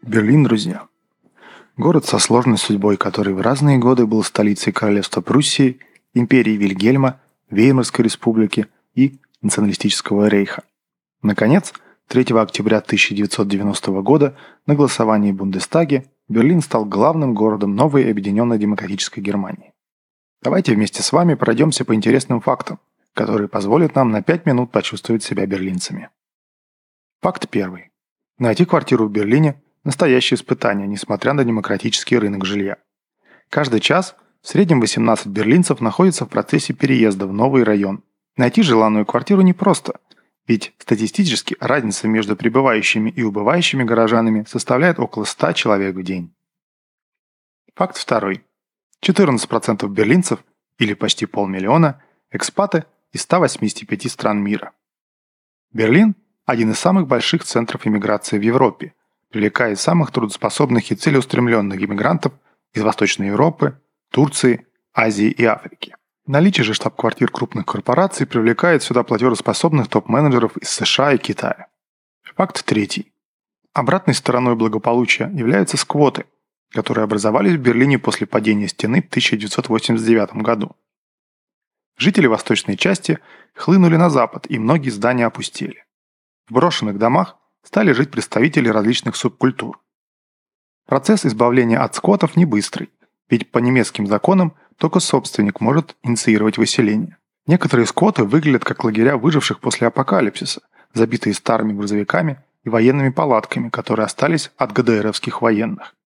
Берлин, друзья. Город со сложной судьбой, который в разные годы был столицей королевства Пруссии, империи Вильгельма, Веймарской республики и националистического рейха. Наконец, 3 октября 1990 года на голосовании в Бундестаге Берлин стал главным городом новой объединенной демократической Германии. Давайте вместе с вами пройдемся по интересным фактам, которые позволят нам на 5 минут почувствовать себя берлинцами. Факт первый. Найти квартиру в Берлине – настоящее испытание, несмотря на демократический рынок жилья. Каждый час в среднем 18 берлинцев находятся в процессе переезда в новый район. Найти желанную квартиру непросто, ведь статистически разница между прибывающими и убывающими горожанами составляет около 100 человек в день. Факт второй. 14% берлинцев, или почти полмиллиона, экспаты из 185 стран мира. Берлин – один из самых больших центров иммиграции в Европе, привлекает самых трудоспособных и целеустремленных иммигрантов из Восточной Европы, Турции, Азии и Африки. Наличие же штаб-квартир крупных корпораций привлекает сюда платежеспособных топ-менеджеров из США и Китая. Факт третий. Обратной стороной благополучия являются сквоты, которые образовались в Берлине после падения стены в 1989 году. Жители восточной части хлынули на запад, и многие здания опустели. В брошенных домах стали жить представители различных субкультур. Процесс избавления от сквотов не быстрый, ведь по немецким законам только собственник может инициировать выселение. Некоторые сквоты выглядят как лагеря выживших после апокалипсиса, забитые старыми грузовиками и военными палатками, которые остались от ГДРовских военных.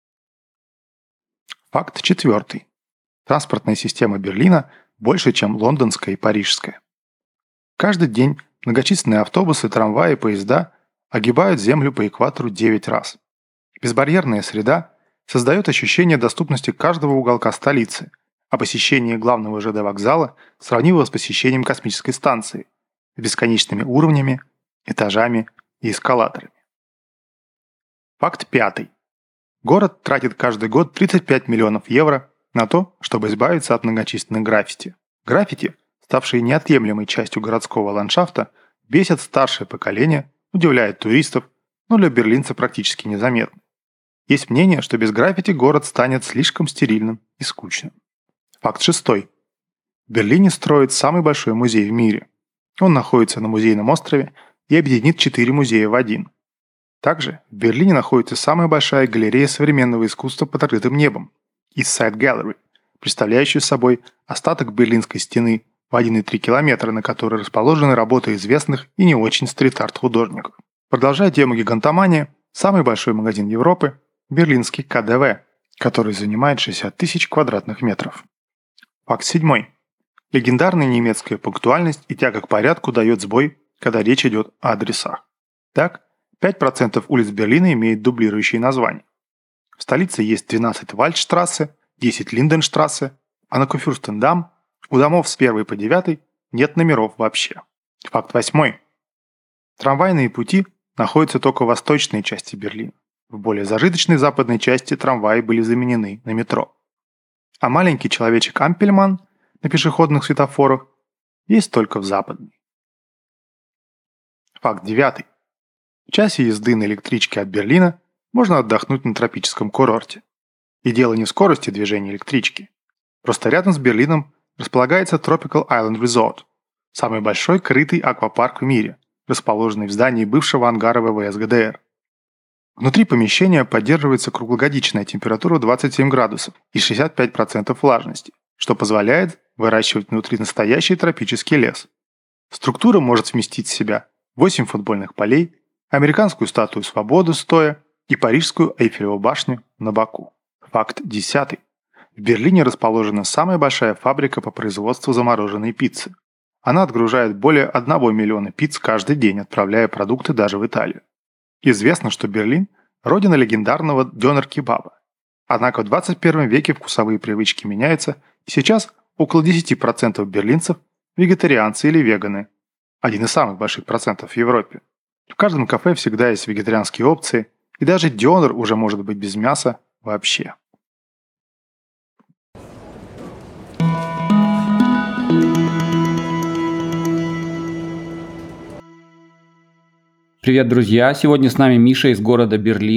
Факт четвертый. Транспортная система Берлина больше, чем лондонская и парижская. Каждый день многочисленные автобусы, трамваи и поезда огибают Землю по экватору 9 раз. Безбарьерная среда создает ощущение доступности каждого уголка столицы, а посещение главного ЖД вокзала сравнимо с посещением космической станции с бесконечными уровнями, этажами и эскалаторами. Факт пятый. Город тратит каждый год 35 миллионов евро на то, чтобы избавиться от многочисленных граффити. Граффити, ставшие неотъемлемой частью городского ландшафта, бесят старшее поколение, удивляет туристов, но для берлинца практически незаметны. Есть мнение, что без граффити город станет слишком стерильным и скучным. Факт шестой. В Берлине строят самый большой музей в мире. Он находится на музейном острове и объединит 4 музея в один. Также в Берлине находится самая большая галерея современного искусства под открытым небом – East Side Gallery, представляющая собой остаток Берлинской стены в 1,3 километра, на которой расположены работы известных и не очень стрит-арт художников. Продолжая тему гигантомании, самый большой магазин Европы – берлинский КДВ, который занимает 60 тысяч квадратных метров. Факт седьмой. Легендарная немецкая пунктуальность и тяга к порядку дает сбой, когда речь идет о адресах. Так, 5% улиц Берлина имеют дублирующие названия. В столице есть 12 Вальдштрассе, 10 Линденштрассе, а на Курфюрстендам у домов с 1 по 9 нет номеров вообще. Факт восьмой. Трамвайные пути находятся только в восточной части Берлина. В более зажиточной западной части трамваи были заменены на метро. А маленький человечек Ампельман на пешеходных светофорах есть только в западной. Факт девятый. В часе езды на электричке от Берлина можно отдохнуть на тропическом курорте. И дело не в скорости движения электрички. Просто рядом с Берлином располагается Tropical Island Resort, самый большой крытый аквапарк в мире, расположенный в здании бывшего ангара ВВС ГДР. Внутри помещения поддерживается круглогодичная температура 27 градусов и 65% влажности, что позволяет выращивать внутри настоящий тропический лес. Структура может вместить в себя 8 футбольных полей, американскую статую свободы стоя и парижскую Эйфелеву башню на боку. Факт 10. В Берлине расположена самая большая фабрика по производству замороженной пиццы. Она отгружает более 1 миллиона пиц каждый день, отправляя продукты даже в Италию. Известно, что Берлин – родина легендарного дёнер-кебаба. Однако в 21 веке вкусовые привычки меняются, и сейчас около 10% берлинцев – вегетарианцы или веганы. Один из самых больших процентов в Европе. В каждом кафе всегда есть вегетарианские опции, и даже дёнер уже может быть без мяса вообще. Привет, друзья! Сегодня с нами Миша из города Берлин.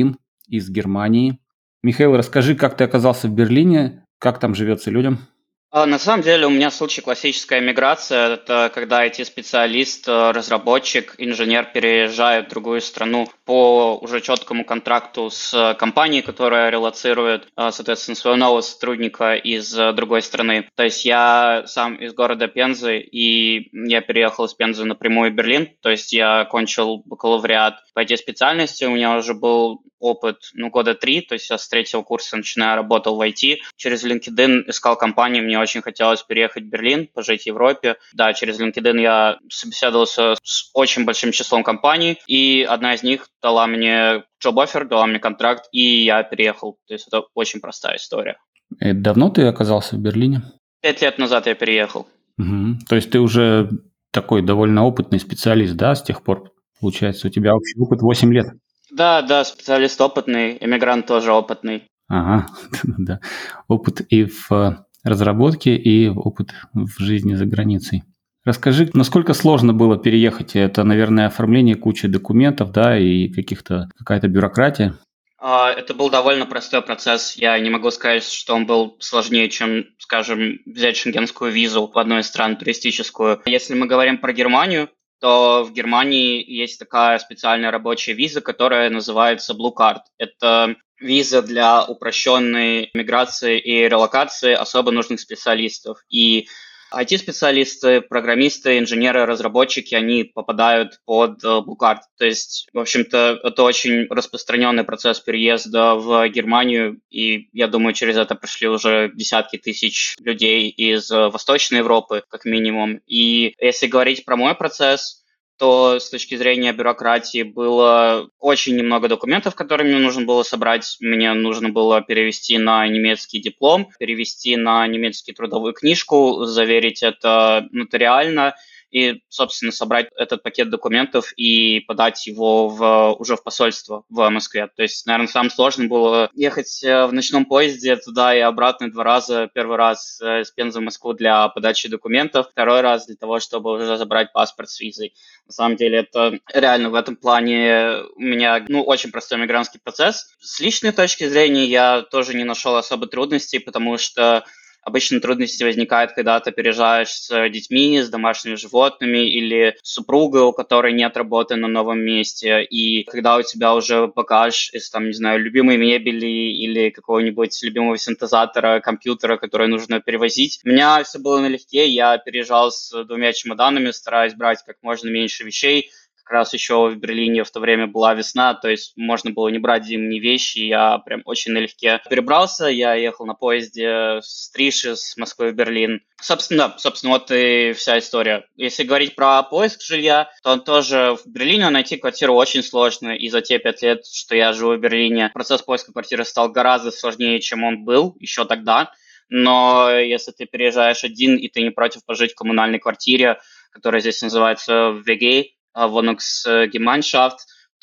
из Германии. Михаил, расскажи, как ты оказался в Берлине, как там живется людям? На самом деле у меня случай классическая миграция. Это когда IT-специалист, разработчик, инженер переезжает в другую страну по уже четкому контракту с компанией, которая релоцирует, соответственно, своего нового сотрудника из другой страны. То есть я сам из города Пензы, и я переехал из Пензы напрямую в Берлин. То есть я окончил бакалавриат по IT-специальности, у меня уже был опыт, года 3, то есть я с третьего курса начиная работал в IT. Через LinkedIn искал компании, мне очень хотелось переехать в Берлин, пожить в Европе. Да, через LinkedIn я собеседовался с очень большим числом компаний, и одна из них дала мне job-offer, дала мне контракт, и я переехал. То есть это очень простая история. Давно ты оказался в Берлине? 5 лет назад я переехал. Мгм. То есть ты уже такой довольно опытный специалист, да, с тех пор? Получается, у тебя общий опыт 8 лет. Да, да, специалист опытный, иммигрант тоже опытный. Ага, да. Опыт и в разработке, и опыт в жизни за границей. Расскажи, насколько сложно было переехать? Это, наверное, оформление кучи документов, да, и какая-то бюрократия. Это был довольно простой процесс. Я не могу сказать, что он был сложнее, чем, скажем, взять шенгенскую визу в одну из стран туристическую. Если мы говорим про Германию, то в Германии есть такая специальная рабочая виза, которая называется Blue Card. Это виза для упрощенной миграции и релокации особо нужных специалистов. И IT-специалисты, программисты, инженеры, разработчики, они попадают под Blue Card. То есть, в общем-то, это очень распространенный процесс переезда в Германию, и я думаю, через это прошли уже десятки тысяч людей из Восточной Европы, как минимум. И если говорить про мой процесс, то с точки зрения бюрократии было очень немного документов, которые мне нужно было собрать. Мне нужно было перевести на немецкий диплом, перевести на немецкий трудовую книжку, заверить это нотариально и, собственно, собрать этот пакет документов и подать его уже в посольство в Москве. То есть, наверное, самое сложное было ехать в ночном поезде туда и обратно 2 раза. Первый раз с Пензы в Москву для подачи документов, второй раз для того, чтобы уже забрать паспорт с визой. На самом деле это реально в этом плане у меня очень простой мигрантский процесс. С личной точки зрения я тоже не нашел особо трудностей, потому что обычно трудности возникают, когда ты переезжаешь с детьми, с домашними животными или с супругой, у которой нет работы на новом месте, и когда у тебя уже багаж из, там, не знаю, любимой мебели или какого-нибудь любимого синтезатора, компьютера, который нужно перевозить. У меня все было налегке, я переезжал с 2 чемоданами, стараясь брать как можно меньше вещей. Как раз еще в Берлине в то время была весна, то есть можно было не брать зимние вещи, я прям очень налегке перебрался, я ехал на поезде с Триши, с Москвы в Берлин. Собственно, вот и вся история. Если говорить про поиск жилья, то тоже в Берлине найти квартиру очень сложно, и за те 5 лет, что я живу в Берлине, процесс поиска квартиры стал гораздо сложнее, чем он был еще тогда. Но если ты переезжаешь один, и ты не против пожить в коммунальной квартире, которая здесь называется WG, Wohnungsgemeinschaft,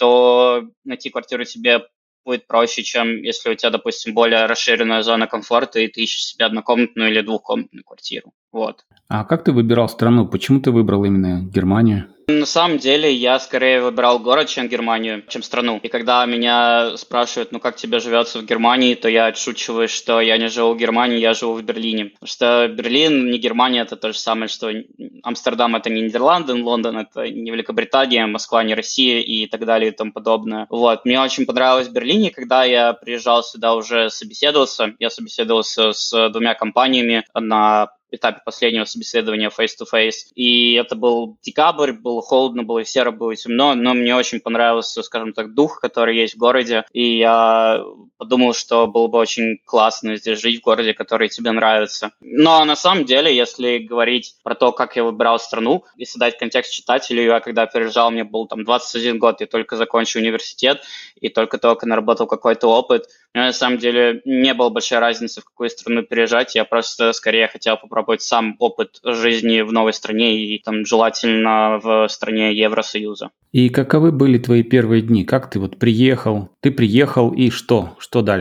то найти квартиру тебе будет проще, чем если у тебя, допустим, более расширенная зона комфорта, и ты ищешь себе однокомнатную или двухкомнатную квартиру. Вот. А как ты выбирал страну? Почему ты выбрал именно Германию? На самом деле, я скорее выбирал город, чем Германию, чем страну. И когда меня спрашивают, как тебе живется в Германии, то я отшучиваю, что я не живу в Германии, я живу в Берлине. Потому что Берлин, не Германия, это то же самое, что Амстердам – это не Нидерланды, Лондон – это не Великобритания, Москва – не Россия и так далее и тому подобное. Вот. Мне очень понравилось в Берлине, когда я приезжал сюда уже собеседоваться. Я собеседовался с 2 компаниями на этапе последнего собеседования face-to-face. И это был декабрь, было холодно, было серо, было темно, но мне очень понравился, скажем так, дух, который есть в городе. И я подумал, что было бы очень классно здесь жить в городе, который тебе нравится. Но на самом деле, если говорить про то, как я выбирал страну, если дать контекст читателю, я когда переезжал, мне был там 21 год, я только закончил университет и только-только наработал какой-то опыт. Но на самом деле не было большой разницы, в какую страну переезжать. Я просто скорее хотел попробовать сам опыт жизни в новой стране и там желательно в стране Евросоюза. И каковы были твои первые дни? Как ты приехал? Ты приехал и что? Что дальше?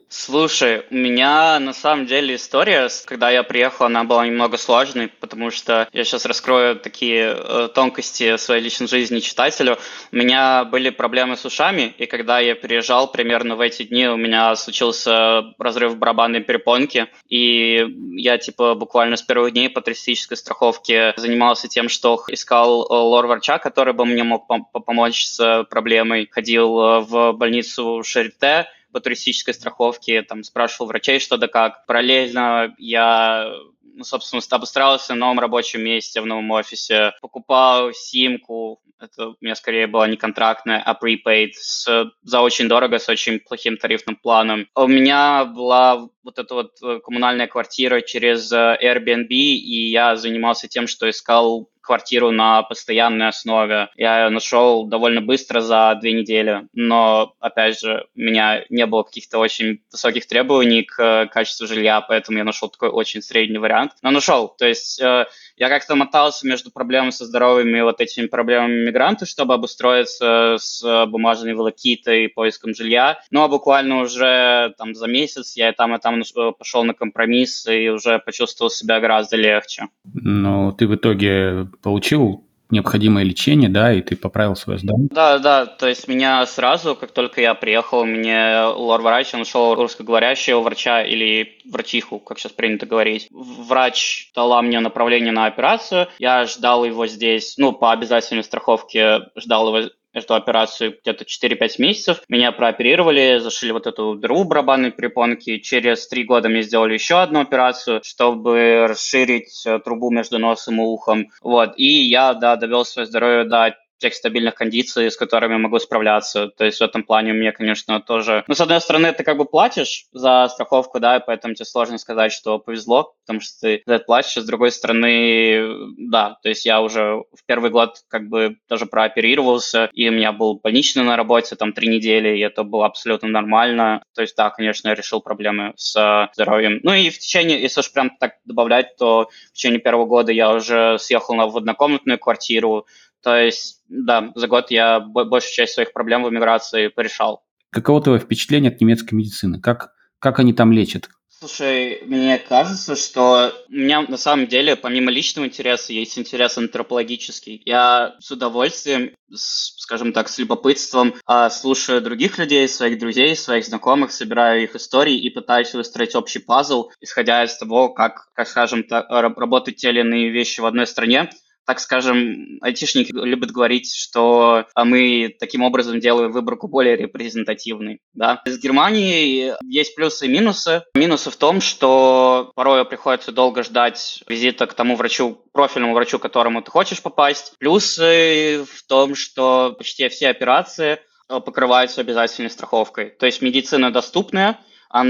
Слушай, у меня на самом деле история, когда я приехал, она была немного сложной, потому что я сейчас раскрою такие тонкости своей личной жизни читателю. У меня были проблемы с ушами, и когда я переезжал, примерно в эти дни у меня случился разрыв барабанной перепонки, и я типа буквально с первых дней по туристической страховке занимался тем, что искал лор-врача, который бы мне мог помочь с проблемой. Ходил в больницу Шарите по туристической страховке, там спрашивал врачей что да как. Параллельно я, собственно, обустраивался в новом рабочем месте, в новом офисе, покупал симку, это у меня скорее была не контрактная, а prepaid, за очень дорого, с очень плохим тарифным планом. У меня была вот эта вот коммунальная квартира через Airbnb, и я занимался тем, что искал квартиру на постоянной основе. Я ее нашел довольно быстро, за 2 недели, но, опять же, у меня не было каких-то очень высоких требований к качеству жилья, поэтому я нашел такой очень средний вариант. Но нашел, то есть я как-то мотался между проблемами со здоровьем и вот этими проблемами мигранта, чтобы обустроиться с бумажной волокитой и поиском жилья. Ну, а буквально уже там за месяц я и там пошел на компромисс и уже почувствовал себя гораздо легче. Но ты в итоге получил необходимое лечение, да, и ты поправил свое здоровье? Да, то есть меня сразу, как только я приехал, мне лор-врач, он нашел русскоговорящего врача или врачиху, как сейчас принято говорить. Врач дала мне направление на операцию, я ждал его здесь, по обязательной страховке ждал его эту операцию где-то 4-5 месяцев. Меня прооперировали, зашили вот эту дыру в барабанной перепонке. Через 3 года мне сделали еще одну операцию, чтобы расширить трубу между носом и ухом. Вот. И я, довел свое здоровье до тех стабильных кондиций, с которыми могу справляться. То есть в этом плане у меня, конечно, тоже... с одной стороны, ты как бы платишь за страховку, да, и поэтому тебе сложно сказать, что повезло, потому что ты за это платишь. А с другой стороны, да, то есть я уже в первый год как бы тоже прооперировался, и у меня был больничный на работе, там 3 недели, и это было абсолютно нормально. То есть, да, конечно, я решил проблемы с здоровьем. И в течение, если уж прям так добавлять, то в течение первого года я уже съехал в однокомнатную квартиру. То есть, да, за год я большую часть своих проблем в эмиграции порешал. Каково твое впечатление от немецкой медицины? Как они там лечат? Слушай, мне кажется, что у меня на самом деле, помимо личного интереса, есть интерес антропологический. Я с удовольствием, скажем так, с любопытством слушаю других людей, своих друзей, своих знакомых, собираю их истории и пытаюсь выстроить общий пазл, исходя из того, как скажем так, работают те или иные вещи в одной стране. Так скажем, айтишники любят говорить, что мы таким образом делаем выборку более репрезентативной. Да? С Германией есть плюсы и минусы. Минусы в том, что порой приходится долго ждать визита к тому врачу, профильному врачу, к которому ты хочешь попасть. Плюсы в том, что почти все операции покрываются обязательной страховкой. То есть медицина доступная,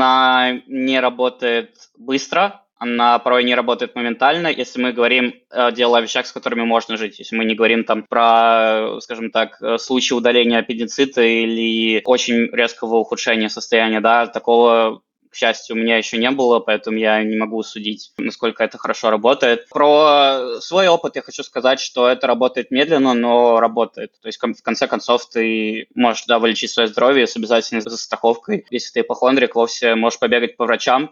она не работает быстро, она порой не работает моментально, если мы говорим дело о вещах, с которыми можно жить. Если мы не говорим там про, скажем так, случай удаления аппендицита или очень резкого ухудшения состояния, да, такого, к счастью, у меня еще не было, поэтому я не могу судить, насколько это хорошо работает. Про свой опыт я хочу сказать, что это работает медленно, но работает. То есть, в конце концов, ты можешь, да, вылечить свое здоровье с обязательной застраховкой. Если ты ипохондрик, вовсе можешь побегать по врачам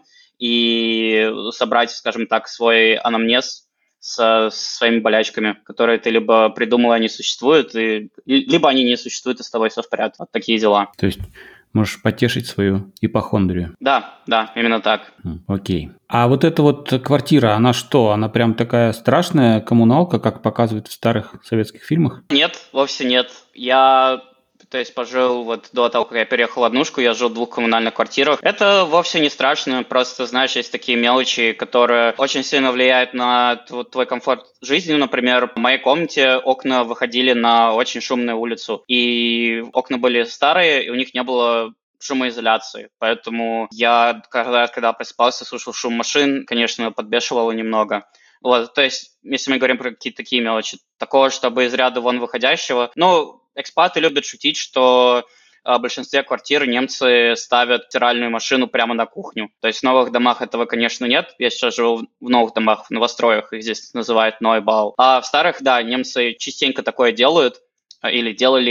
и собрать, скажем так, свой анамнез со своими болячками, которые ты либо придумал, они существуют, либо они не существуют, и с тобой все в порядке. Вот такие дела. То есть можешь потешить свою ипохондрию. Да, именно так. Окей. А вот эта вот квартира, она что? Она прям такая страшная коммуналка, как показывают в старых советских фильмах? Нет, вовсе нет. Я пожил вот до того, как я переехал в однушку, я жил в 2 коммунальных квартирах. Это вовсе не страшно, просто, знаешь, есть такие мелочи, которые очень сильно влияют на твой комфорт жизни. Например, в моей комнате окна выходили на очень шумную улицу, и окна были старые, и у них не было шумоизоляции. Поэтому я, когда просыпался, слушал шум машин, конечно, подбешивало немного. Вот, то есть, если мы говорим про какие-то такие мелочи, такого, чтобы из ряда вон выходящего, экспаты любят шутить, что в большинстве квартир немцы ставят стиральную машину прямо на кухню. То есть в новых домах этого, конечно, нет. Я сейчас живу в новых домах, в новостроях, их здесь называют Neubau. А в старых, да, немцы частенько такое делают или делали.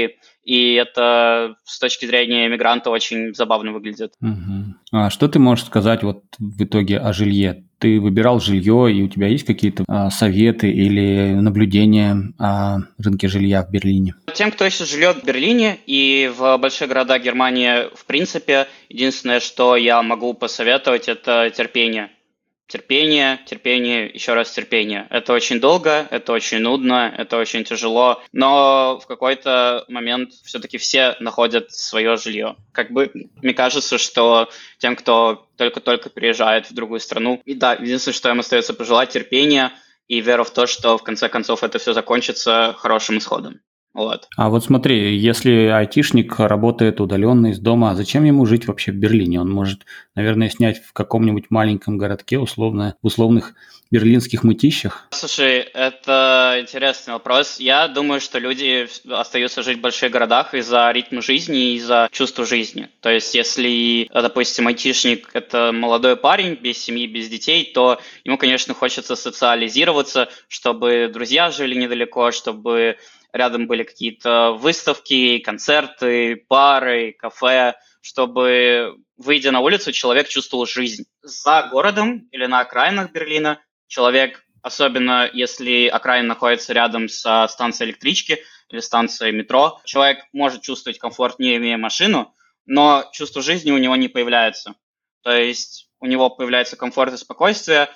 и это с точки зрения иммигранта очень забавно выглядит. Мгм. А что ты можешь сказать вот в итоге о жилье? Ты выбирал жилье, и у тебя есть какие-то советы или наблюдения о рынке жилья в Берлине? Тем, кто еще живет в Берлине и в больших городах Германии, в принципе, единственное, что я могу посоветовать, это терпение. Терпение, терпение, еще раз терпение. Это очень долго, это очень нудно, это очень тяжело, но в какой-то момент все-таки все находят свое жилье. Как бы мне кажется, что тем, кто только-только переезжает в другую страну, и да, единственное, что им остается пожелать, терпения и вера в то, что в конце концов это все закончится хорошим исходом. Вот. А вот смотри, если айтишник работает удаленно из дома, зачем ему жить вообще в Берлине? Он может, наверное, снять в каком-нибудь маленьком городке, условно, в условных берлинских мытищах. Слушай, это интересный вопрос. Я думаю, что люди остаются жить в больших городах из-за ритма жизни и из-за чувства жизни. То есть, если, допустим, айтишник– это молодой парень без семьи, без детей, то ему, конечно, хочется социализироваться, чтобы друзья жили недалеко, чтобы рядом были какие-то выставки, концерты, бары, кафе, чтобы, выйдя на улицу, человек чувствовал жизнь. За городом или на окраинах Берлина человек, особенно если окраин находится рядом со станцией электрички или станцией метро, человек может чувствовать комфорт, не имея машину, но чувство жизни у него не появляется. То есть у него появляется комфорт и спокойствие,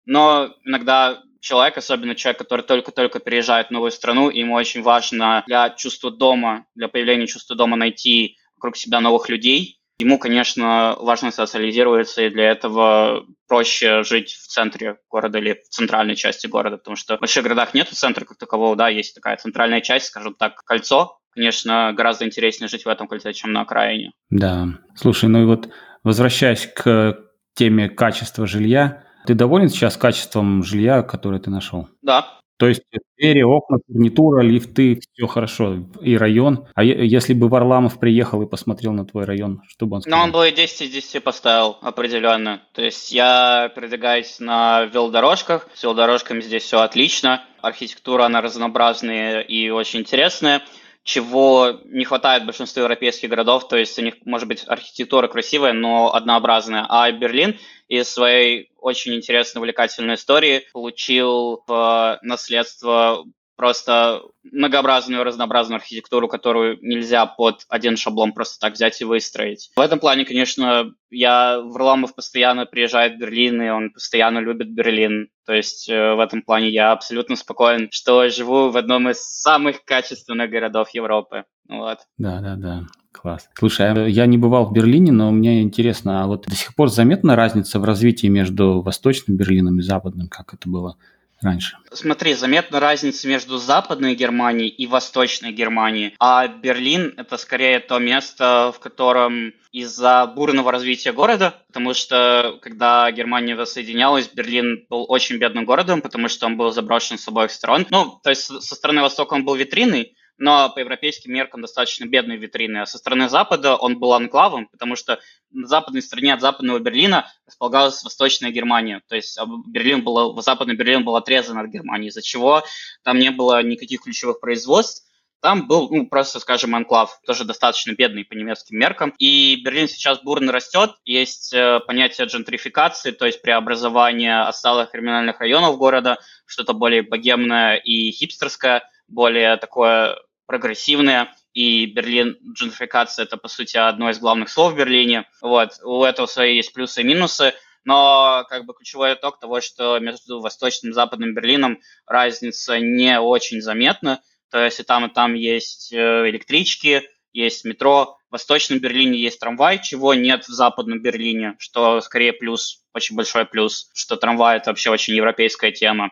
но иногда человек, особенно человек, который только-только переезжает в новую страну, ему очень важно для чувства дома, для появления чувства дома найти вокруг себя новых людей. Ему, конечно, важно социализироваться, и для этого проще жить в центре города или в центральной части города, потому что в больших городах нет центра как такового, да, есть такая центральная часть, скажем так, кольцо. Конечно, гораздо интереснее жить в этом кольце, чем на окраине. Да. Слушай, ну и вот возвращаясь к теме качества жилья, ты доволен сейчас качеством жилья, которое ты нашел? Да. То есть двери, окна, фурнитура, лифты, все хорошо, и район. А если бы Варламов приехал и посмотрел на твой район, что бы он Но он сказал? бы и 10 из 10 поставил определенно. То есть я передвигаюсь на велодорожках. С велодорожками здесь все отлично. Архитектура, она разнообразная и очень интересная, чего не хватает большинству европейских городов. То есть у них, может быть, архитектура красивая, но однообразная. А Берлин из своей очень интересной, увлекательной истории получил в наследство просто многообразную, разнообразную архитектуру, которую нельзя под один шаблон просто так взять и выстроить. В этом плане, конечно, Варламов постоянно приезжает в Берлин, и он постоянно любит Берлин. То есть в этом плане я абсолютно спокоен, что живу в одном из самых качественных городов Европы. Вот. Да. Класс. Слушай, я не бывал в Берлине, но мне интересно, а вот до сих пор заметна разница в развитии между Восточным Берлином и Западным, как это было раньше? Смотри, заметна разница между Западной Германией и Восточной Германией, а Берлин– это скорее то место, в котором из-за бурного развития города, потому что когда Германия воссоединялась, Берлин был очень бедным городом, потому что он был заброшен с обоих сторон. Ну, то есть со стороны Востока он был витриной, но по европейским меркам достаточно бедной витриной, а со стороны Запада он был анклавом, потому что на западной стороне от Западного Берлина располагалась Восточная Германия. То есть Западный Берлин был отрезан от Германии, из-за чего там не было никаких ключевых производств. Там был, просто, скажем, анклав, тоже достаточно бедный по немецким меркам. И Берлин сейчас бурно растет. Есть понятие джентрификации, то есть преобразование отсталых криминальных районов города, что-то более богемное и хипстерское, более такое прогрессивное. И Берлин, джентрификация – это, по сути, одно из главных слов в Берлине. Вот. У этого свои есть плюсы и минусы. Но как бы ключевой итог того, что между Восточным и Западным Берлином разница не очень заметна. То есть и там есть электрички, есть метро. В Восточном Берлине есть трамвай, чего нет в Западном Берлине, что скорее плюс, очень большой плюс, что трамвай – это вообще очень европейская тема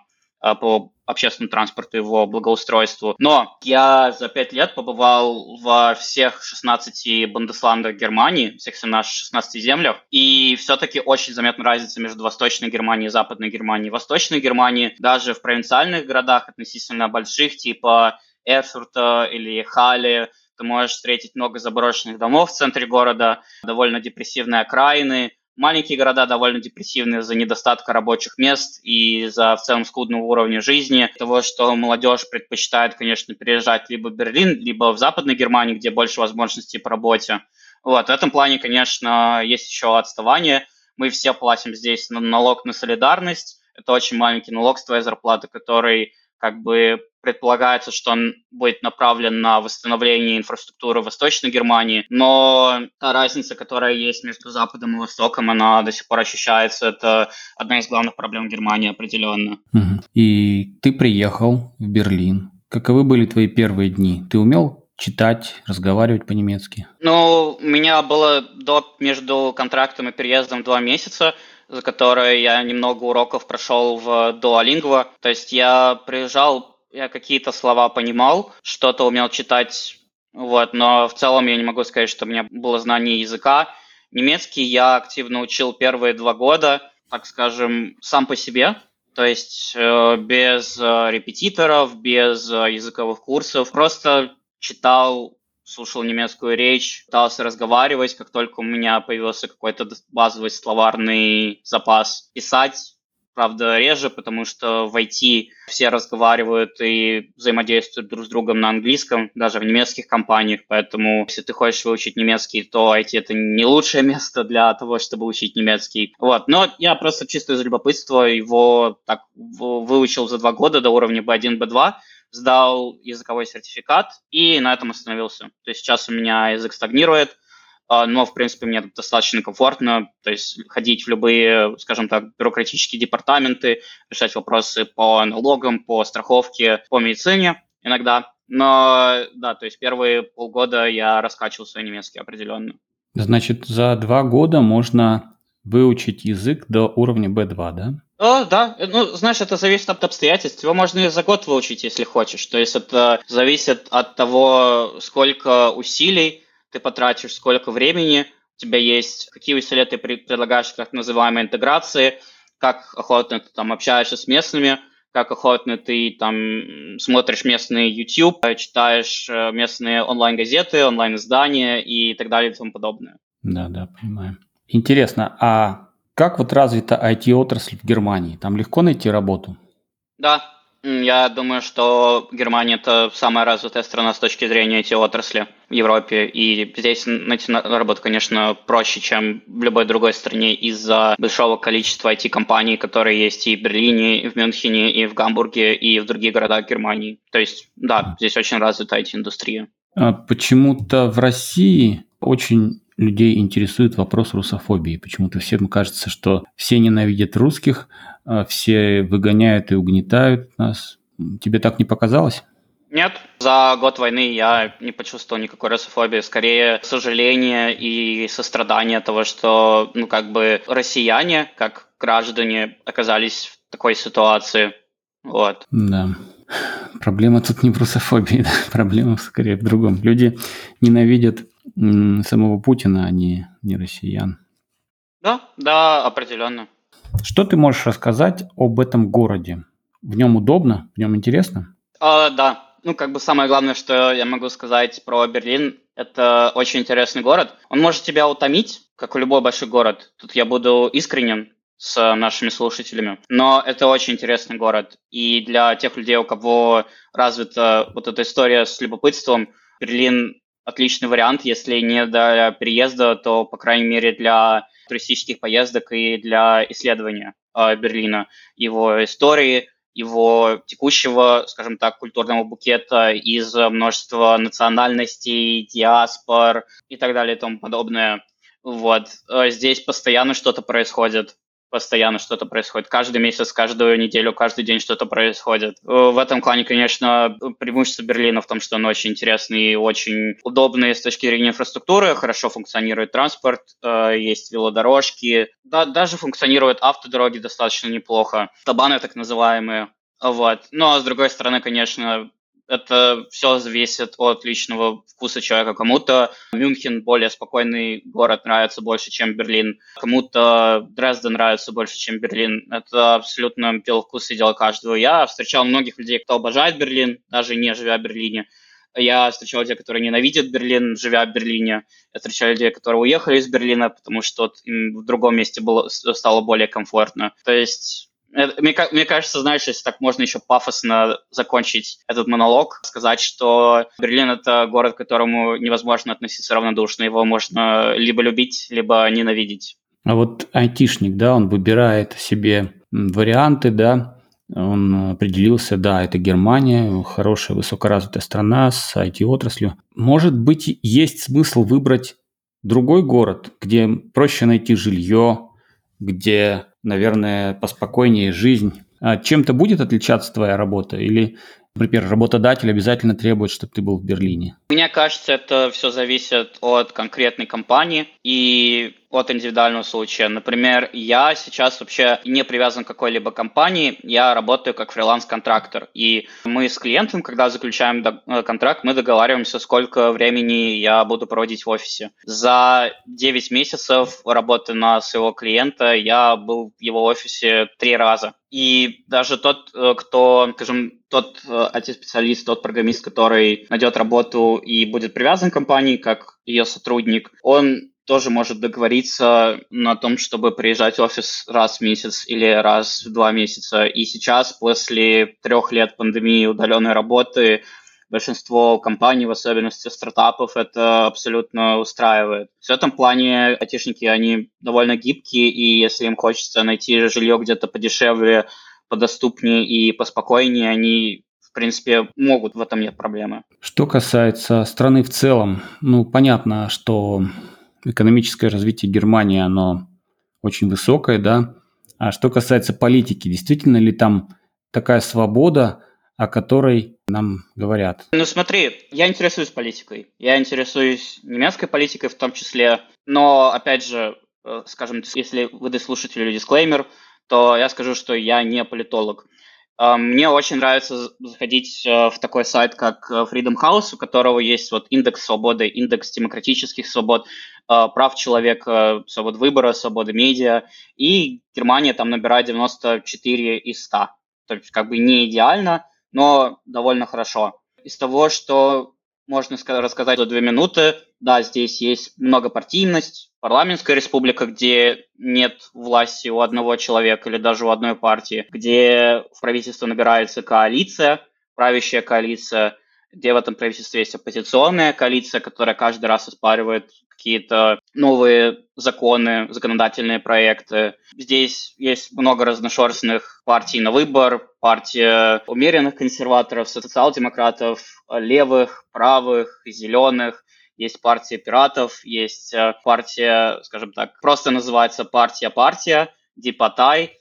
по общественному транспорту, его благоустройству. Но я за 5 лет побывал во всех 16 бундесландах Германии, всех 16 землях, и все-таки очень заметна разница между Восточной Германией и Западной Германией. В Восточной Германии даже в провинциальных городах, относительно больших, типа Эрфурта или Хале, ты можешь встретить много заброшенных домов в центре города, довольно депрессивные окраины, маленькие города довольно депрессивны из-за недостатка рабочих мест и из-за в целом скудного уровня жизни, того, что молодежь предпочитает, конечно, переезжать либо в Берлин, либо в Западной Германии, где больше возможностей по работе. Вот, в этом плане, конечно, есть еще отставание. Мы все платим здесь налог на солидарность. Это очень маленький налог с твоей зарплаты, который как бы предполагается, что он будет направлен на восстановление инфраструктуры в Восточной Германии, но та разница, которая есть между Западом и Востоком, она до сих пор ощущается. Это одна из главных проблем Германии определенно. И ты приехал в Берлин. Каковы были твои первые дни? Ты умел читать, разговаривать по-немецки? Ну, у меня было между контрактом и переездом 2 месяца, за которые я немного уроков прошел в Duolingo. То есть я приезжал, я какие-то слова понимал, что-то умел читать, вот, но в целом я не могу сказать, что у меня было знание языка. Немецкий я активно учил первые 2 года, так скажем, сам по себе. То есть без репетиторов, без языковых курсов. Просто читал, слушал немецкую речь, пытался разговаривать, как только у меня появился какой-то базовый словарный запас. Писать, правда, реже, потому что в IT все разговаривают и взаимодействуют друг с другом на английском, даже в немецких компаниях, поэтому если ты хочешь выучить немецкий, то IT это не лучшее место для того, чтобы учить немецкий. Вот. Но я просто чисто из любопытства его так выучил за 2 года до уровня B1, B2, сдал языковой сертификат и на этом остановился. То есть сейчас у меня язык стагнирует, но, в принципе, мне достаточно комфортно, то есть ходить в любые, скажем так, бюрократические департаменты, решать вопросы по налогам, по страховке, по медицине иногда. Но, да, то есть первые полгода я раскачивал свой немецкий определенно. Значит, за 2 года можно выучить язык до уровня B2, да? Да, ну, знаешь, это зависит от обстоятельств. Его можно и за год выучить, если хочешь. То есть это зависит от того, сколько усилий ты потратишь, сколько времени у тебя есть, какие усилия ты предлагаешь, как называемые интеграции, как охотно ты там общаешься с местными, как охотно ты там смотришь местный YouTube, читаешь местные онлайн-газеты, онлайн-издания и так далее и тому подобное. Да, понимаю. Интересно, а как вот развита IT-отрасль в Германии? Там легко найти работу? Да, я думаю, что Германия – это самая развитая страна с точки зрения IT-отрасли в Европе. И здесь найти работу, конечно, проще, чем в любой другой стране из-за большого количества IT-компаний, которые есть и в Берлине, и в Мюнхене, и в Гамбурге, и в других городах Германии. То есть, да, здесь очень развита IT-индустрия. Почему-то в России очень людей интересует вопрос русофобии. Почему-то всем кажется, что все ненавидят русских, все выгоняют и угнетают нас. Тебе так не показалось? Нет, за год войны я не почувствовал никакой русофобии. Скорее, сожаление и сострадание того, что, россияне, как граждане, оказались в такой ситуации. Вот. Да. Проблема тут не в русофобии, да? Проблема скорее в другом. Люди ненавидят самого Путина, а не россиян. Да, определенно. Что ты можешь рассказать об этом городе? В нем удобно? В нем интересно? Да. Самое главное, что я могу сказать про Берлин, это очень интересный город. Он может тебя утомить, как и любой большой город. Тут я буду искренен с нашими слушателями. Но это очень интересный город. И для тех людей, у кого развита вот эта история с любопытством, Берлин отличный вариант, если не для переезда, то, по крайней мере, для туристических поездок и для исследования Берлина, его истории, его текущего, скажем так, культурного букета из множества национальностей, диаспор и так далее и тому подобное. Вот. Здесь постоянно что-то происходит. Каждый месяц, каждую неделю, каждый день что-то происходит. В этом плане, конечно, преимущество Берлина в том, что он очень интересный и очень удобный с точки зрения инфраструктуры, хорошо функционирует транспорт, есть велодорожки, даже функционируют автодороги достаточно неплохо, автобаны так называемые. Вот. Но, с другой стороны, конечно, это все зависит от личного вкуса человека. Кому-то Мюнхен более спокойный город нравится больше, чем Берлин. Кому-то Дрезден нравится больше, чем Берлин. Это абсолютно дело вкуса и дело каждого. Я встречал многих людей, кто обожает Берлин, даже не живя в Берлине. Я встречал людей, которые ненавидят Берлин, живя в Берлине. Я встречал людей, которые уехали из Берлина, потому что им в другом месте стало более комфортно. То есть мне кажется, знаешь, если так можно еще пафосно закончить этот монолог, сказать, что Берлин – это город, к которому невозможно относиться равнодушно. Его можно либо любить, либо ненавидеть. А вот айтишник, да, он выбирает себе варианты, да, он определился, да, это Германия, хорошая, высокоразвитая страна с IT-отраслью. Может быть, есть смысл выбрать другой город, где проще найти жилье, где, наверное, поспокойнее жизнь. А чем-то будет отличаться твоя работа? Или, например, работодатель обязательно требует, чтобы ты был в Берлине? Мне кажется, это все зависит от конкретной компании и от индивидуального случая. Например, я сейчас вообще не привязан к какой-либо компании, я работаю как фриланс-контрактор. И мы с клиентом, когда заключаем контракт, мы договариваемся, сколько времени я буду проводить в офисе. За 9 месяцев работы на своего клиента я был в его офисе 3 раза. И даже тот, кто, скажем, тот IT-специалист, тот программист, который найдет работу и будет привязан к компании, как ее сотрудник, он тоже может договориться на том, чтобы приезжать в офис раз в месяц или раз в 2 месяца. И сейчас, после 3 лет пандемии удаленной работы, большинство компаний, в особенности стартапов, это абсолютно устраивает. В этом плане айтишники, они довольно гибкие, и если им хочется найти жилье где-то подешевле, подоступнее и поспокойнее, они, в принципе, могут, в этом нет проблемы. Что касается страны в целом, понятно, что экономическое развитие Германии, оно очень высокое, да. А что касается политики, действительно ли там такая свобода, о которой нам говорят? Смотри, я интересуюсь политикой. Я интересуюсь немецкой политикой в том числе. Но, опять же, скажем, если выдать слушателю дисклеймер, то я скажу, что я не политолог. Мне очень нравится заходить в такой сайт, как Freedom House, у которого есть вот индекс свободы, индекс демократических свобод, прав человека, свобод выбора, свободы медиа. И Германия там набирает 94 из 100. То есть как бы не идеально, но довольно хорошо. Из того, что можно рассказать за 2 минуты, да, здесь есть многопартийность, парламентская республика, где нет власти у одного человека или даже у одной партии, где в правительство набирается коалиция, правящая коалиция, где в этом правительстве есть оппозиционная коалиция, которая каждый раз оспаривает какие-то новые законы, законодательные проекты. Здесь есть много разношерстных партий на выбор, партия умеренных консерваторов, социал-демократов, левых, правых, зеленых. Есть партия пиратов, есть партия, скажем так, просто называется партия, Дипатай,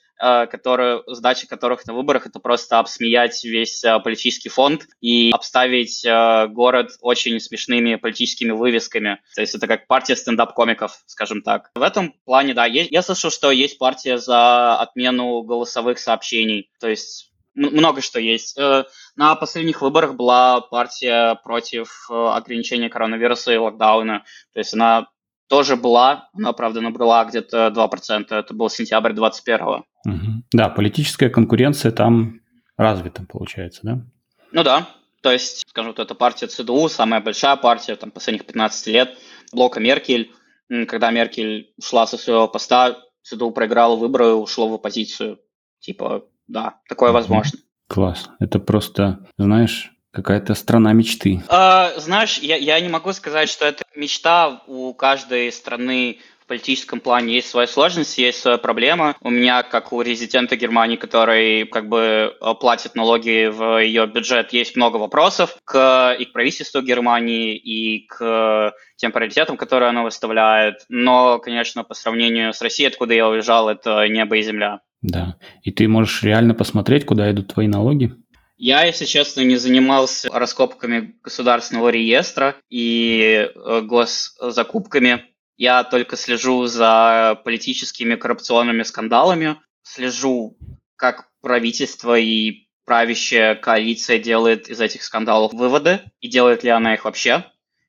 задача которых на выборах это просто обсмеять весь политический фонд и обставить город очень смешными политическими вывесками. То есть это как партия стендап-комиков, скажем так. В этом плане, да, я слышал, что есть партия за отмену голосовых сообщений. То есть много что есть. На последних выборах была партия против ограничения коронавируса и локдауна. То есть она тоже была, она, правда, набрала где-то 2%. Это был сентябрь 2021. Да, политическая конкуренция там развита, получается, да? Ну да, то есть, скажем, вот эта партия ЦДУ, самая большая партия там, последних 15 лет, блока Меркель. Когда Меркель ушла со своего поста, ЦДУ проиграла выборы и ушло в оппозицию. Типа, да, такое возможно. Класс. Это просто, знаешь, какая-то страна мечты. Знаешь, я не могу сказать, что это мечта. У каждой страны в политическом плане есть свои сложности, есть своя проблема. У меня, как у резидента Германии, который как бы платит налоги в ее бюджет, есть много вопросов и к правительству Германии, и к тем приоритетам, которые она выставляет. Но, конечно, по сравнению с Россией, откуда я уезжал, это небо и земля. Да. И ты можешь реально посмотреть, куда идут твои налоги? Я, если честно, не занимался раскопками государственного реестра и госзакупками. Я только слежу за политическими коррупционными скандалами, слежу, как правительство и правящая коалиция делает из этих скандалов выводы, и делает ли она их вообще.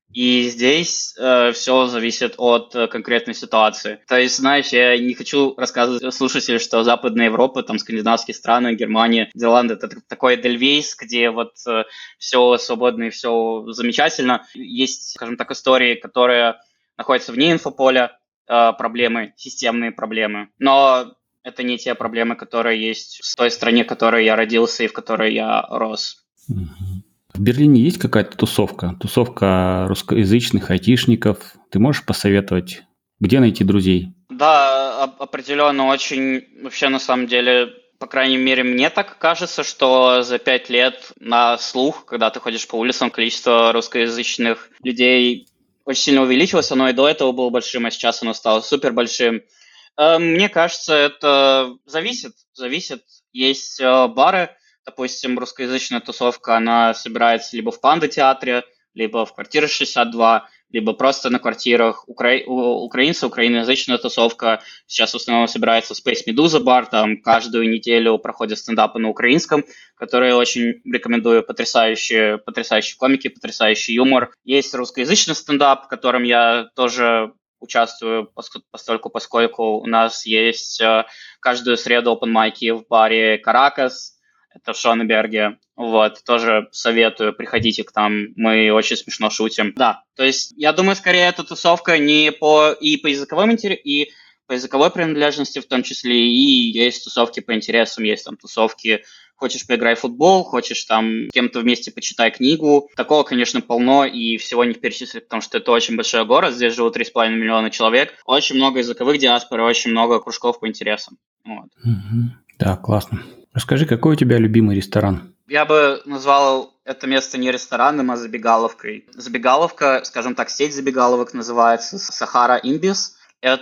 И здесь все зависит от конкретной ситуации. То есть, знаешь, я не хочу рассказывать слушателям, что Западная Европа, там скандинавские страны, Германия, Нидерланды, это такой Эдельвейс, где вот все свободно и все замечательно. Есть, скажем так, истории, которые находятся вне инфополя, проблемы, системные проблемы. Но это не те проблемы, которые есть в той стране, в которой я родился и в которой я рос. Мгм. В Берлине есть какая-то тусовка? Тусовка русскоязычных айтишников? Ты можешь посоветовать, где найти друзей? Да, определенно очень, вообще на самом деле, по крайней мере, мне так кажется, что за 5 лет на слух, когда ты ходишь по улицам, количество русскоязычных людей очень сильно увеличилось, оно и до этого было большим, а сейчас оно стало супер большим. Мне кажется, это зависит. Есть бары, допустим, русскоязычная тусовка, она собирается либо в Панда-театре, либо в квартире 62, либо просто на квартирах. Украинцы, украиноязычная тусовка сейчас в основном собирается в Space Medusa бар, там каждую неделю проходят стендапы на украинском, которые очень рекомендую, потрясающие комики, потрясающий юмор. Есть русскоязычный стендап, в котором я тоже участвую, поскольку у нас есть каждую среду open майки в баре «Каракас», это в Шонеберге. Вот, тоже советую, приходите к нам, мы очень смешно шутим. Да, то есть я думаю, скорее эта тусовка не по языковым и по языковой принадлежности в том числе, и есть тусовки по интересам, есть там тусовки хочешь поиграй в футбол, хочешь там с кем-то вместе почитай книгу. Такого, конечно, полно, и всего не перечислить, потому что это очень большой город, здесь живут 3,5 миллиона человек, очень много языковых диаспор, очень много кружков по интересам. Вот. Да, классно. Расскажи, какой у тебя любимый ресторан? Я бы назвал это место не рестораном, а забегаловкой. Забегаловка, скажем так, сеть забегаловок называется Сахара Имбис.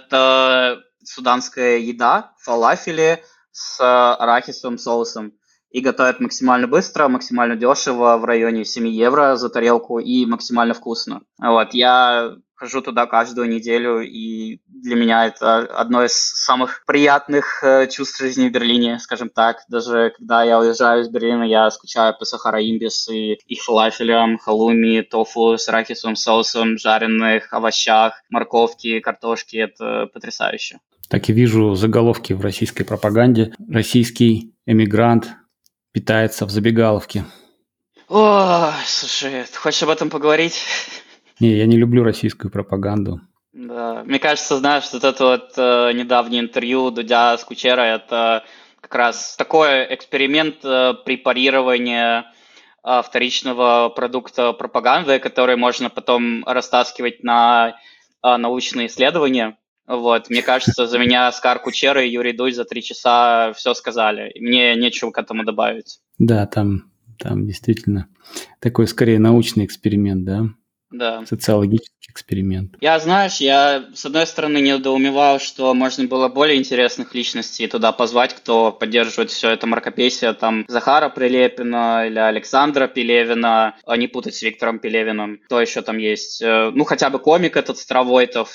Это суданская еда, фалафели с арахисовым соусом. И готовят максимально быстро, максимально дешево, в районе 7 евро за тарелку и максимально вкусно. Вот, я хожу туда каждую неделю, и для меня это одно из самых приятных чувств жизни в Берлине, скажем так. Даже когда я уезжаю из Берлина, я скучаю по Сахара Имбис и их фалафелям, халуми, тофу с арахисовым соусом, жареных овощах, морковки, картошки. Это потрясающе. Так и вижу заголовки в российской пропаганде. Российский эмигрант питается в забегаловке. О, слушай, ты хочешь об этом поговорить? Не, я не люблю российскую пропаганду. Да, мне кажется, знаешь, вот это вот недавнее интервью Дудя с Кучерой, это как раз такой эксперимент препарирования вторичного продукта пропаганды, который можно потом растаскивать на научные исследования. Вот, мне кажется, за меня Оскар Кучера и Юрий Дудь за 3 часа все сказали. И мне нечего к этому добавить. Да, там действительно такой скорее научный эксперимент, да? Да. Социологический эксперимент. Я, знаешь, с одной стороны недоумевал, что можно было более интересных личностей туда позвать, кто поддерживает все это мракопесие, там Захара Прилепина или Александра Пелевина, а не путать с Виктором Пелевиным. Кто еще там есть? Ну, хотя бы комик этот Старовойтов,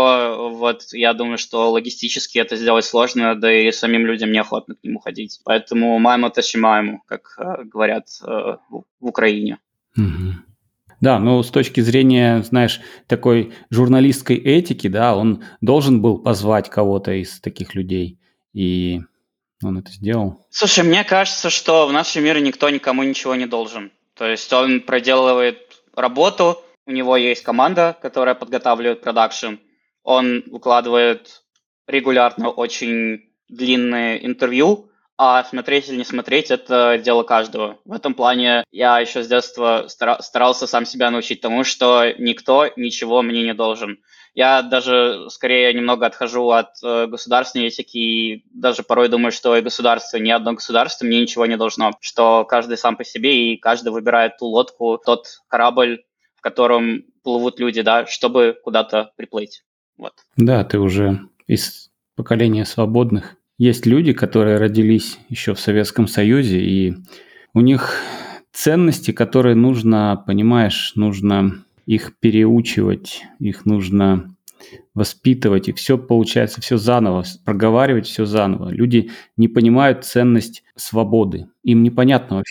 но вот я думаю, что логистически это сделать сложно, да и самим людям неохотно к нему ходить. Поэтому маемо тащимаему, как говорят в Украине. Угу. Да, но с точки зрения, знаешь, такой журналистской этики, да, он должен был позвать кого-то из таких людей, и он это сделал. Слушай, мне кажется, что в нашем мире никто никому ничего не должен. То есть он проделывает работу, у него есть команда, которая подготавливает продакшн, он выкладывает регулярно очень длинные интервью, а смотреть или не смотреть – это дело каждого. В этом плане я еще с детства старался сам себя научить тому, что никто ничего мне не должен. Я даже скорее немного отхожу от государственной этики и даже порой думаю, что и государство, ни одно государство мне ничего не должно, что каждый сам по себе и каждый выбирает ту лодку, тот корабль, в котором плывут люди, да, чтобы куда-то приплыть. Вот. Да, ты уже из поколения свободных. Есть люди, которые родились еще в Советском Союзе, и у них ценности, которые нужно, понимаешь, нужно их переучивать, их нужно воспитывать, и все получается, все заново, проговаривать все заново. Люди не понимают ценность свободы. Им непонятно вообще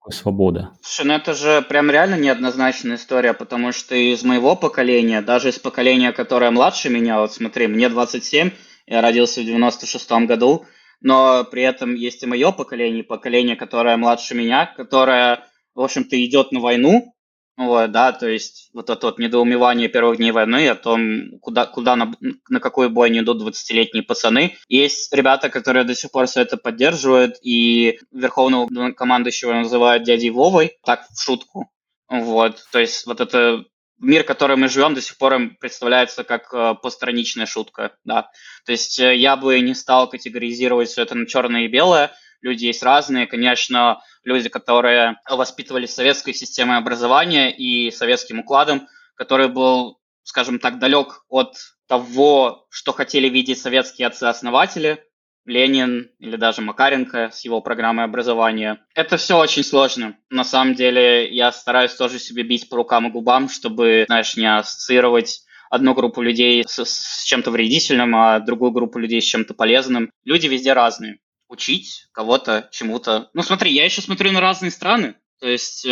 свобода. Слушай, ну это же прям реально неоднозначная история, потому что из моего поколения, даже из поколения, которое младше меня, вот смотри, мне 27, я родился в 96-м году, но при этом есть и мое поколение, поколение, которое младше меня, которое, в общем-то, идет на войну, вот, да, то есть вот это вот недоумевание первых дней войны о том, куда на какой бой не идут 20-летние пацаны. Есть ребята, которые до сих пор все это поддерживают, и верховного командующего называют дядей Вовой, так в шутку. Вот, то есть вот это мир, в котором мы живем, до сих пор им представляется как постраничная шутка, да. То есть я бы не стал категоризировать все это на черное и белое. Люди есть разные, конечно, люди, которые воспитывались советской системой образования и советским укладом, который был, скажем так, далек от того, что хотели видеть советские отцы-основатели, Ленин или даже Макаренко с его программой образования. Это все очень сложно. На самом деле я стараюсь тоже себе бить по рукам и губам, чтобы, знаешь, не ассоциировать одну группу людей с чем-то вредительным, а другую группу людей с чем-то полезным. Люди везде разные. Учить кого-то чему-то. Ну, смотри, я еще смотрю на разные страны. То есть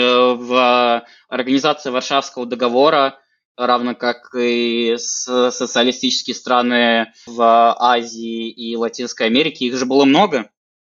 в Организации Варшавского договора, равно как и социалистические страны в Азии и Латинской Америке, их же было много,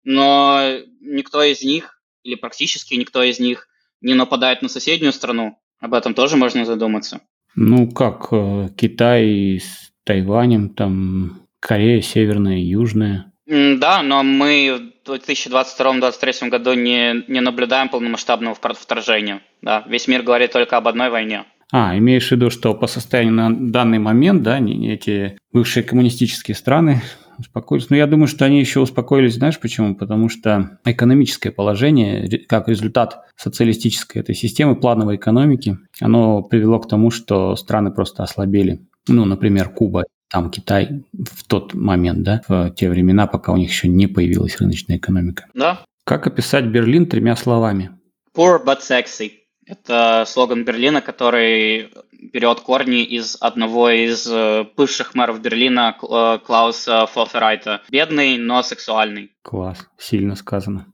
но никто из них, или практически никто из них, не нападает на соседнюю страну. Об этом тоже можно задуматься. Ну, как Китай с Тайванем, там Корея Северная, Южная. Да, но мы в 2022-2023 году не наблюдаем полномасштабного вторжения. Да, весь мир говорит только об одной войне. Имеешь в виду, что по состоянию на данный момент, да, эти бывшие коммунистические страны успокоились. Но я думаю, что они еще успокоились, знаешь почему? Потому что экономическое положение, как результат социалистической этой системы, плановой экономики, оно привело к тому, что страны просто ослабели. Ну, например, Куба, там Китай в тот момент, да, в те времена, пока у них еще не появилась рыночная экономика. Да. Как описать Берлин 3 словами? Poor but sexy. Это слоган Берлина, который берет корни из одного из бывших мэров Берлина, Клауса Фоферайта. Бедный, но сексуальный. Класс, сильно сказано.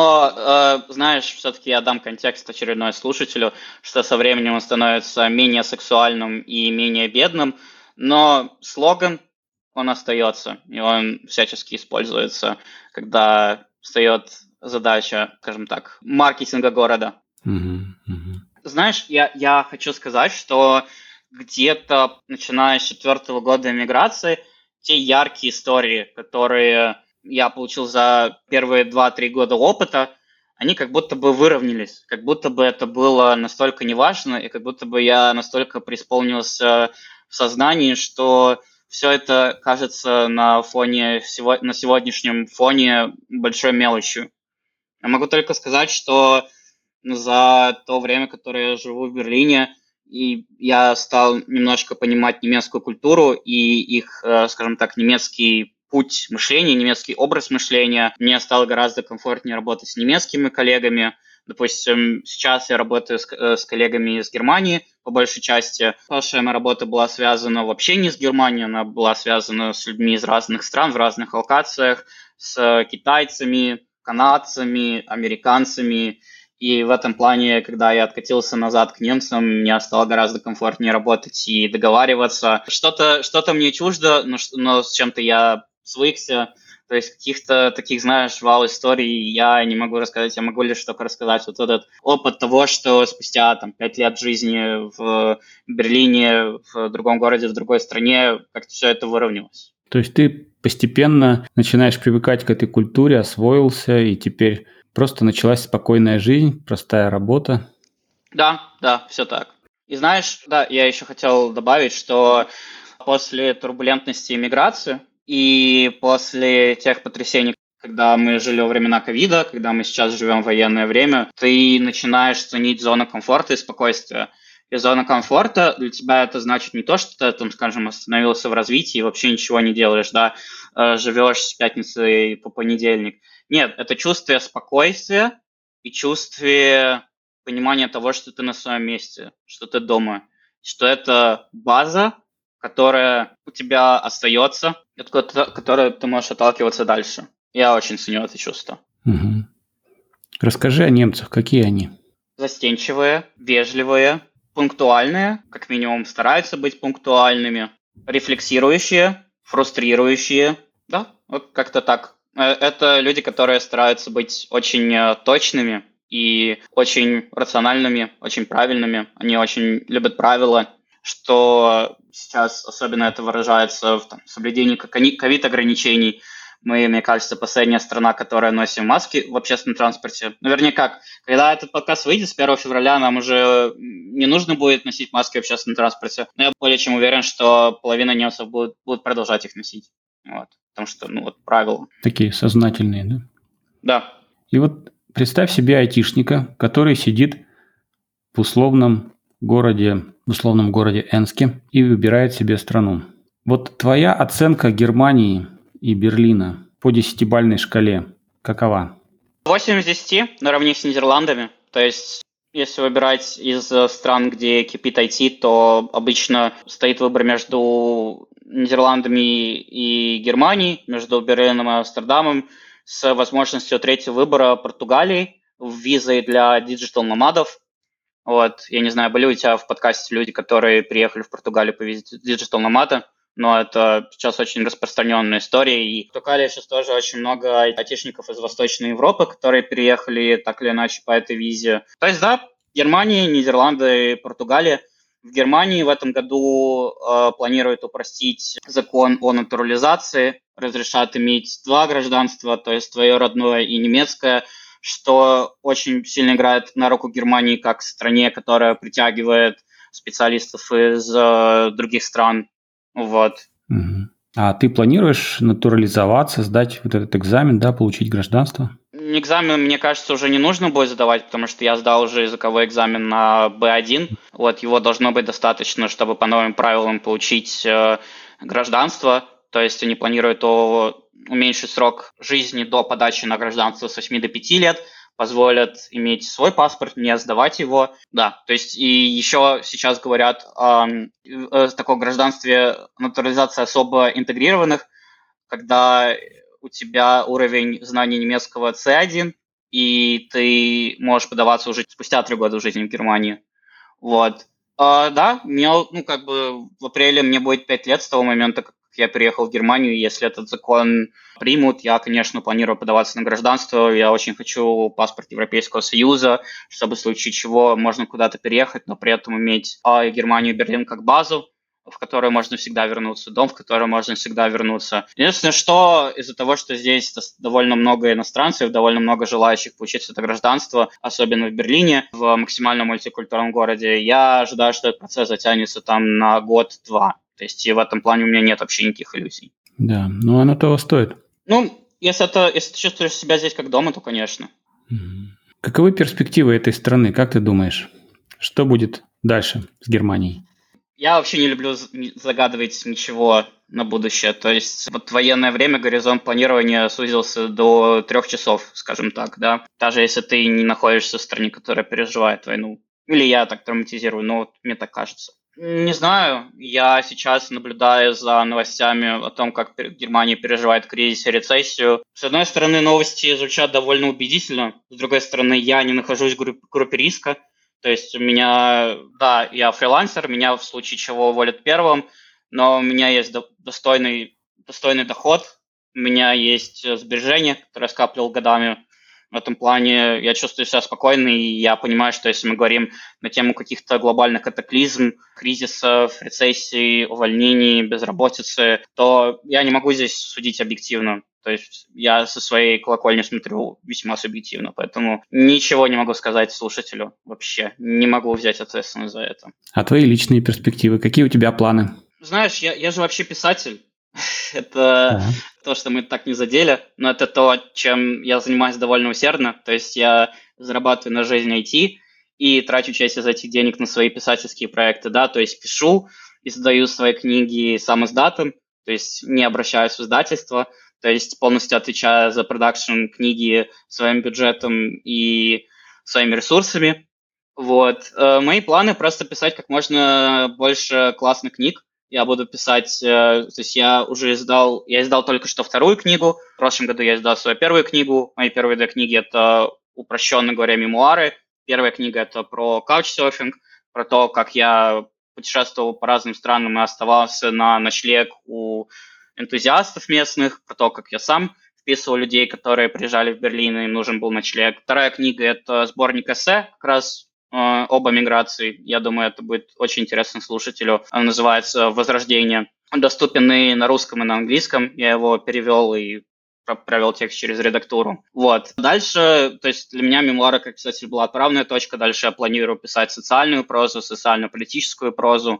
Но, знаешь, все-таки я дам контекст очередной слушателю, что со временем он становится менее сексуальным и менее бедным, но слоган, он остается, и он всячески используется, когда встает задача, скажем так, маркетинга города. Знаешь, я хочу сказать, что где-то начиная с 4-го года эмиграции, те яркие истории, которые я получил за первые 2-3 года опыта, они как будто бы выровнялись, как будто бы это было настолько неважно, и как будто бы я настолько преисполнился в сознании, что все это кажется на сегодняшнем фоне большой мелочью. Я могу только сказать, что за то время, которое я живу в Берлине, и я стал немножко понимать немецкую культуру и их, скажем так, немецкий путь мышления, немецкий образ мышления. Мне стало гораздо комфортнее работать с немецкими коллегами. Допустим, сейчас я работаю с коллегами из Германии, по большей части. Прошлая моя работа была связана вообще не с Германией, она была связана с людьми из разных стран, в разных локациях, с китайцами, канадцами, американцами. И в этом плане, когда я откатился назад к немцам, мне стало гораздо комфортнее работать и договариваться. Что-то мне чуждо, но с чем-то я свыкся. То есть каких-то таких, знаешь, вау-историй я не могу рассказать. Я могу лишь только рассказать вот этот опыт того, что спустя 5 лет жизни в Берлине, в другом городе, в другой стране, как-то все это выровнялось. То есть ты постепенно начинаешь привыкать к этой культуре, освоился, и теперь просто началась спокойная жизнь, простая работа. Да, все так. И знаешь, да, я еще хотел добавить, что после турбулентности иммиграции и после тех потрясений, когда мы жили во времена ковида, когда мы сейчас живем в военное время, ты начинаешь ценить зону комфорта и спокойствия. И зона комфорта для тебя это значит не то, что ты, там, скажем, остановился в развитии и вообще ничего не делаешь, да, живешь с пятницы по понедельник. Нет, это чувство спокойствия и чувство понимания того, что ты на своем месте, что ты дома, что это база, которая у тебя остается, от которой ты можешь отталкиваться дальше. Я очень ценю это чувство. Угу. Расскажи о немцах, какие они? Застенчивые, вежливые, пунктуальные, как минимум стараются быть пунктуальными, рефлексирующие, фрустрирующие. Да, вот как-то так. Это люди, которые стараются быть очень точными и очень рациональными, очень правильными. Они очень любят правила, что сейчас особенно это выражается в соблюдении ковид-ограничений. Мы, мне кажется, последняя страна, которая носим маски в общественном транспорте. Наверняка, когда этот подкаст выйдет с 1 февраля, нам уже не нужно будет носить маски в общественном транспорте. Но я более чем уверен, что половина немцев будут продолжать их носить. Вот. Потому что, правила. Такие сознательные, да? Да. И вот представь себе айтишника, который сидит в условном городе Энске и выбирает себе страну. Вот твоя оценка Германии и Берлина по 10-бальной шкале какова? 8 из 10 наравне с Нидерландами. То есть, если выбирать из стран, где кипит IT, то обычно стоит выбор между Нидерландами и Германией, между Берлином и Амстердамом, с возможностью третьего выбора Португалии, визой для диджитал-номадов. Вот. Я не знаю, были у тебя в подкасте люди, которые приехали в Португалию по визе диджитал-номада, но это сейчас очень распространенная история. И в Португалии сейчас тоже очень много айтишников из Восточной Европы, которые переехали так или иначе по этой визе. То есть, да, Германия, Нидерланды, Португалия. В Германии в этом году планируют упростить закон о натурализации, разрешат иметь 2 гражданства, то есть твое родное и немецкое, что очень сильно играет на руку Германии как стране, которая притягивает специалистов из других стран. Вот. А ты планируешь натурализоваться, сдать вот этот экзамен, да, получить гражданство? Экзамен, мне кажется, уже не нужно будет сдавать, потому что я сдал уже языковой экзамен на B1. Вот, его должно быть достаточно, чтобы по новым правилам получить гражданство. То есть они планируют уменьшить срок жизни до подачи на гражданство с 8 до 5 лет, позволят иметь свой паспорт, не сдавать его. Да, то есть и еще сейчас говорят о таком гражданстве натурализации особо интегрированных, когда у тебя уровень знаний немецкого C1, и ты можешь подаваться уже спустя 3 года жизни в Германии. Вот. Да, в апреле мне будет 5 лет с того момента, как я переехал в Германию. Если этот закон примут, я, конечно, планирую подаваться на гражданство. Я очень хочу паспорт Европейского Союза, чтобы в случае чего можно куда-то переехать, но при этом иметь Германию и Берлин как базу, в которую можно всегда вернуться, дом, в который можно всегда вернуться. Единственное, что из-за того, что здесь довольно много иностранцев, довольно много желающих получить это гражданство, особенно в Берлине, в максимально мультикультурном городе, я ожидаю, что этот процесс затянется там на год-два. То есть и в этом плане у меня нет вообще никаких иллюзий. Да, но оно того стоит. Если ты чувствуешь себя здесь как дома, то конечно. Каковы перспективы этой страны, как ты думаешь? Что будет дальше с Германией? Я вообще не люблю загадывать ничего на будущее. То есть вот военное время, горизонт планирования сузился до 3 часов, скажем так, да. Даже если ты не находишься в стране, которая переживает войну. Или я так драматизирую, но мне так кажется. Не знаю, я сейчас наблюдаю за новостями о том, как Германия переживает кризис и рецессию. С одной стороны, новости звучат довольно убедительно, с другой стороны, я не нахожусь в группе риска. То есть у меня, да, я фрилансер, меня в случае чего уволят первым, но у меня есть достойный доход, у меня есть сбережения, которые я скапливал годами. В этом плане я чувствую себя спокойно, и я понимаю, что если мы говорим на тему каких-то глобальных катаклизм, кризисов, рецессий, увольнений, безработицы, то я не могу здесь судить объективно. То есть я со своей колокольни смотрю весьма субъективно, поэтому ничего не могу сказать слушателю вообще. Не могу взять ответственность за это. А твои личные перспективы? Какие у тебя планы? Знаешь, я же вообще писатель. Это то, что мы так не задели, но это то, чем я занимаюсь довольно усердно. То есть я зарабатываю на жизнь IT и трачу часть из этих денег на свои писательские проекты, да, то есть пишу, издаю свои книги сам издатом, то есть не обращаюсь в издательство, то есть полностью отвечаю за продакшн книги своим бюджетом и своими ресурсами. Вот. Мои планы просто писать как можно больше классных книг. Я буду писать, то есть я издал только что 2-ю книгу, в прошлом году я издал свою 1-ю книгу, мои первые 2 книги – это упрощенно говоря, мемуары. Первая книга – это про каучсерфинг, про то, как я путешествовал по разным странам и оставался на ночлег у энтузиастов местных, про то, как я сам вписывал людей, которые приезжали в Берлин, и им нужен был ночлег. Вторая книга – это сборник эссе, как раз об эмиграции. Я думаю, это будет очень интересно слушателю. Она называется «Возрождение». Он доступен и на русском, и на английском. Я его перевел и провел текст через редактуру. Вот. Дальше, то есть для меня мемуары как писатель была отправная точка. Дальше я планирую писать социальную прозу, социально-политическую прозу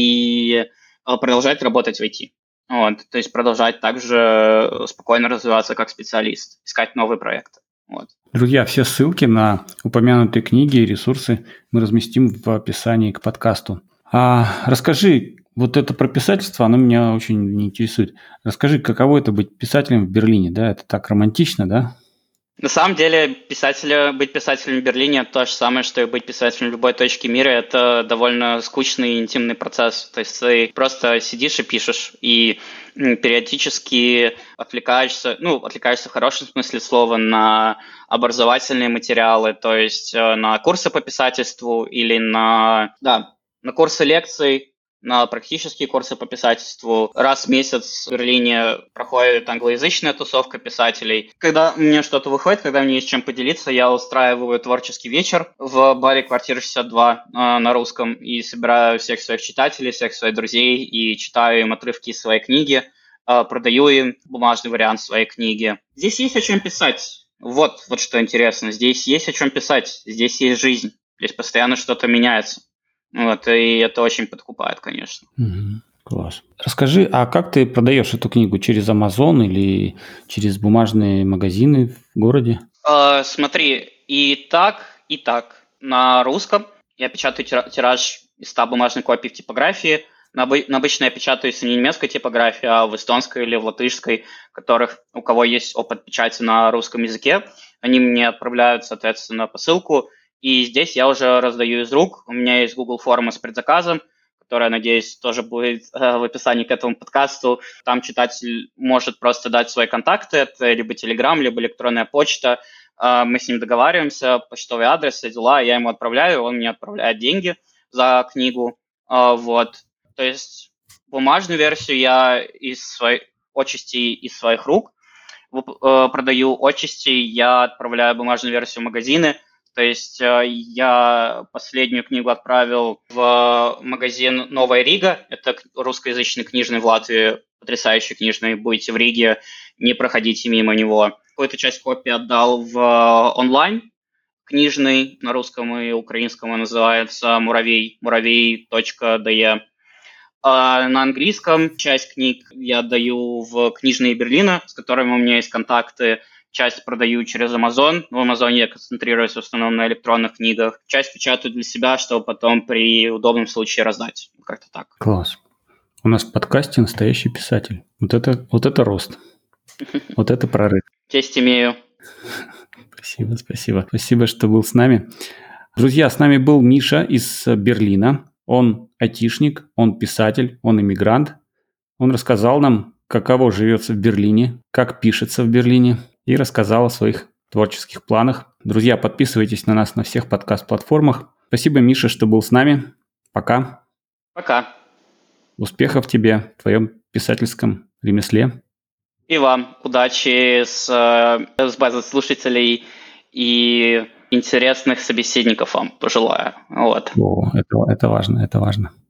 и продолжать работать в IT. Вот. То есть продолжать также спокойно развиваться как специалист, искать новые проекты. Вот. Друзья, все ссылки на упомянутые книги и ресурсы мы разместим в описании к подкасту. Расскажи, вот это про писательство, оно меня очень интересует. Расскажи, каково это быть писателем в Берлине, да? Это так романтично, да? На самом деле, быть писателем в Берлине – то же самое, что и быть писателем в любой точке мира. Это довольно скучный и интимный процесс. То есть ты просто сидишь и пишешь, и периодически отвлекаешься в хорошем смысле слова, на образовательные материалы, то есть на курсы по писательству или на курсы лекций, на практические курсы по писательству. Раз в месяц в Берлине проходит англоязычная тусовка писателей. Когда мне что-то выходит, когда мне есть чем поделиться, я устраиваю творческий вечер в баре «Квартира 62» на русском и собираю всех своих читателей, всех своих друзей и читаю им отрывки из своей книги, продаю им бумажный вариант своей книги. Здесь есть о чем писать. Вот что интересно. Здесь есть о чем писать. Здесь есть жизнь. Здесь постоянно что-то меняется. Вот, и это очень подкупает, конечно. Класс. Расскажи, а как ты продаешь эту книгу? Через Amazon или через бумажные магазины в городе? Смотри, и так. На русском я печатаю тираж из 100 бумажных копий в типографии. Обычно я печатаю не в немецкой типографии, а в эстонской или в латышской, у кого есть опыт печати на русском языке. Они мне отправляют, соответственно, посылку. И здесь я уже раздаю из рук. У меня есть Google форма с предзаказом, которая, надеюсь, тоже будет в описании к этому подкасту. Там читатель может просто дать свои контакты. Это либо Telegram, либо электронная почта. Мы с ним договариваемся, почтовый адрес, все дела. Я ему отправляю, он мне отправляет деньги за книгу. Вот. То есть бумажную версию я из своих рук продаю. Отчасти я отправляю бумажную версию в магазины. То есть я последнюю книгу отправил в магазин «Новая Рига». Это русскоязычный книжный в Латвии, потрясающий книжный. Будете в Риге, не проходите мимо него. Какую-то часть копий отдал в онлайн книжный, на русском и украинском он называется муравей.de. На английском часть книг я отдаю в книжные Берлина, с которыми у меня есть контакты. Часть продаю через Amazon. В Amazon я концентрируюсь в основном на электронных книгах. Часть печатаю для себя, чтобы потом при удобном случае раздать. Как-то так. Класс. У нас в подкасте настоящий писатель. Вот это рост. Вот это прорыв. Честь имею. Спасибо. Спасибо, что был с нами. Друзья, с нами был Миша из Берлина. Он айтишник, он писатель, он иммигрант. Он рассказал нам, каково живется в Берлине, как пишется в Берлине, и рассказал о своих творческих планах. Друзья, подписывайтесь на нас на всех подкаст-платформах. Спасибо, Миша, что был с нами. Пока. Пока. Успехов тебе в твоем писательском ремесле. И вам удачи с базой слушателей и интересных собеседников вам пожелаю. Вот. Это важно.